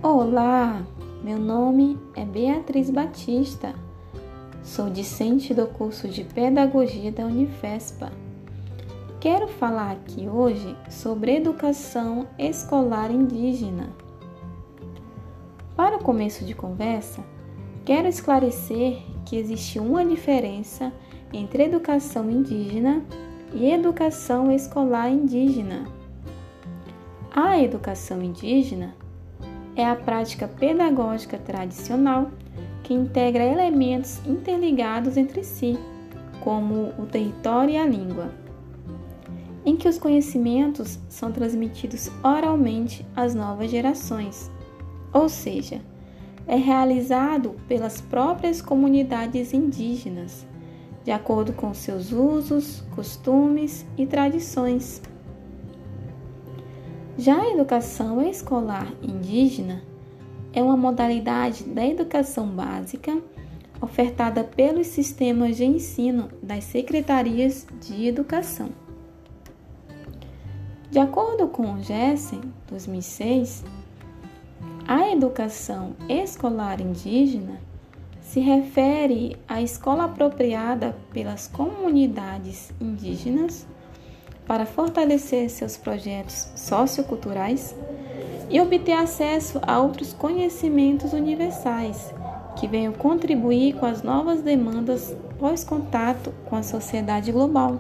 Olá, meu nome é Beatriz Batista, sou discente do curso de Pedagogia da Unifespa. Quero falar aqui hoje sobre educação escolar indígena. Para o começo de conversa, quero esclarecer que existe uma diferença entre educação indígena e educação escolar indígena. A educação indígena é a prática pedagógica tradicional que integra elementos interligados entre si, como o território e a língua, em que os conhecimentos são transmitidos oralmente às novas gerações, ou seja, é realizado pelas próprias comunidades indígenas, de acordo com seus usos, costumes e tradições. Já a educação escolar indígena é uma modalidade da educação básica ofertada pelos sistemas de ensino das secretarias de educação. De acordo com o GESEM 2006, a educação escolar indígena se refere à escola apropriada pelas comunidades indígenas para fortalecer seus projetos socioculturais e obter acesso a outros conhecimentos universais que venham contribuir com as novas demandas pós-contato com a sociedade global.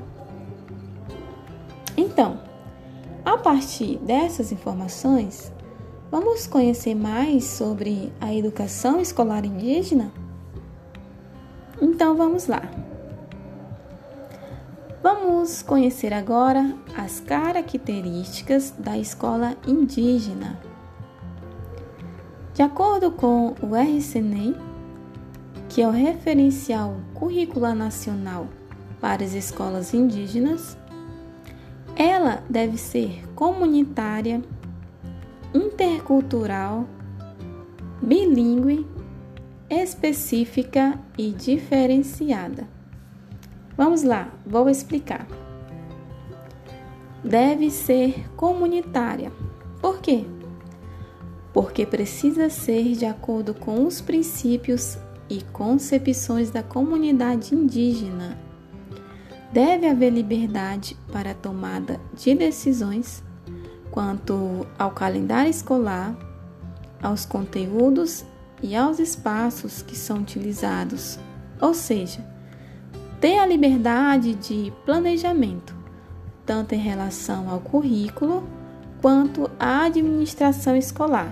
Então, a partir dessas informações, vamos conhecer mais sobre a educação escolar indígena? Então, vamos lá. Vamos conhecer agora as características da escola indígena. De acordo com o RCNEI, que é o Referencial Curricular Nacional para as Escolas Indígenas, ela deve ser comunitária, intercultural, bilíngue, específica e diferenciada. Vamos lá, vou explicar. Deve ser comunitária. Por quê? Porque precisa ser de acordo com os princípios e concepções da comunidade indígena. Deve haver liberdade para a tomada de decisões quanto ao calendário escolar, aos conteúdos e aos espaços que são utilizados, ou seja, ter a liberdade de planejamento, tanto em relação ao currículo quanto à administração escolar.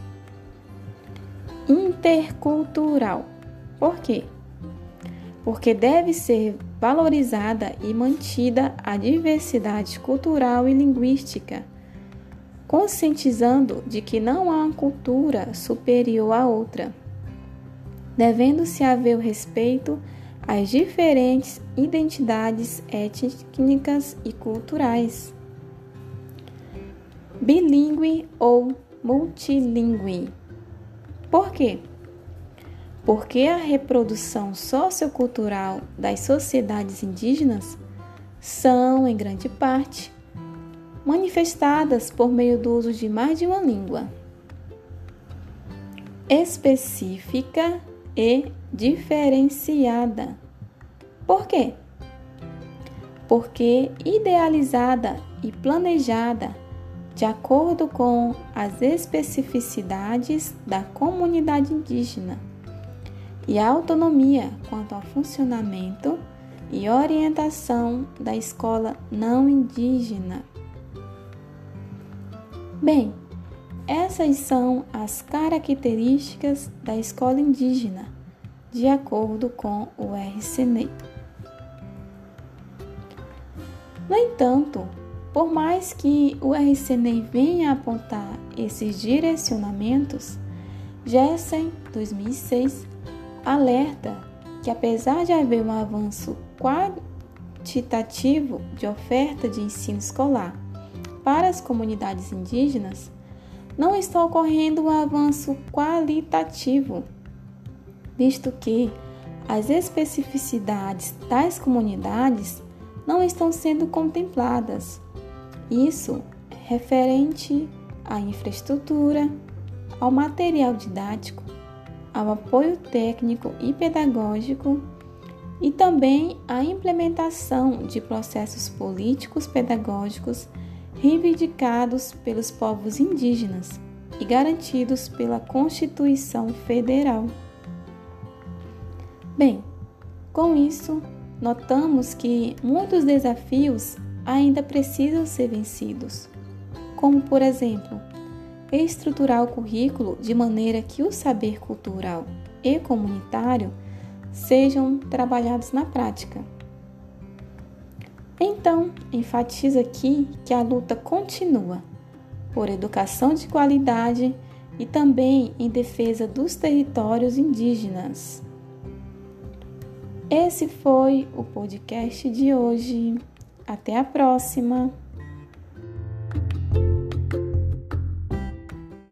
Intercultural. Por quê? Porque deve ser valorizada e mantida a diversidade cultural e linguística, conscientizando de que não há uma cultura superior à outra, devendo-se haver o respeito às diferentes identidades étnicas e culturais. Bilíngue ou multilíngue. Por quê? Porque a reprodução sociocultural das sociedades indígenas são, em grande parte, manifestadas por meio do uso de mais de uma língua. Específica e diferenciada. Por quê? Porque idealizada e planejada de acordo com as especificidades da comunidade indígena e a autonomia quanto ao funcionamento e orientação da escola não indígena. Bem, essas são as características da escola indígena, de acordo com o RCNEI. No entanto, por mais que o RCNEI venha apontar esses direcionamentos, GESEM 2006 alerta que, apesar de haver um avanço quantitativo de oferta de ensino escolar para as comunidades indígenas, não está ocorrendo um avanço qualitativo, visto que as especificidades das comunidades não estão sendo contempladas. Isso referente à infraestrutura, ao material didático, ao apoio técnico e pedagógico e também à implementação de processos políticos pedagógicos reivindicados pelos povos indígenas e garantidos pela Constituição Federal. Bem, com isso, notamos que muitos desafios ainda precisam ser vencidos, como, por exemplo, estruturar o currículo de maneira que o saber cultural e comunitário sejam trabalhados na prática. Então, enfatizo aqui que a luta continua por educação de qualidade e também em defesa dos territórios indígenas. Esse foi o podcast de hoje. Até a próxima!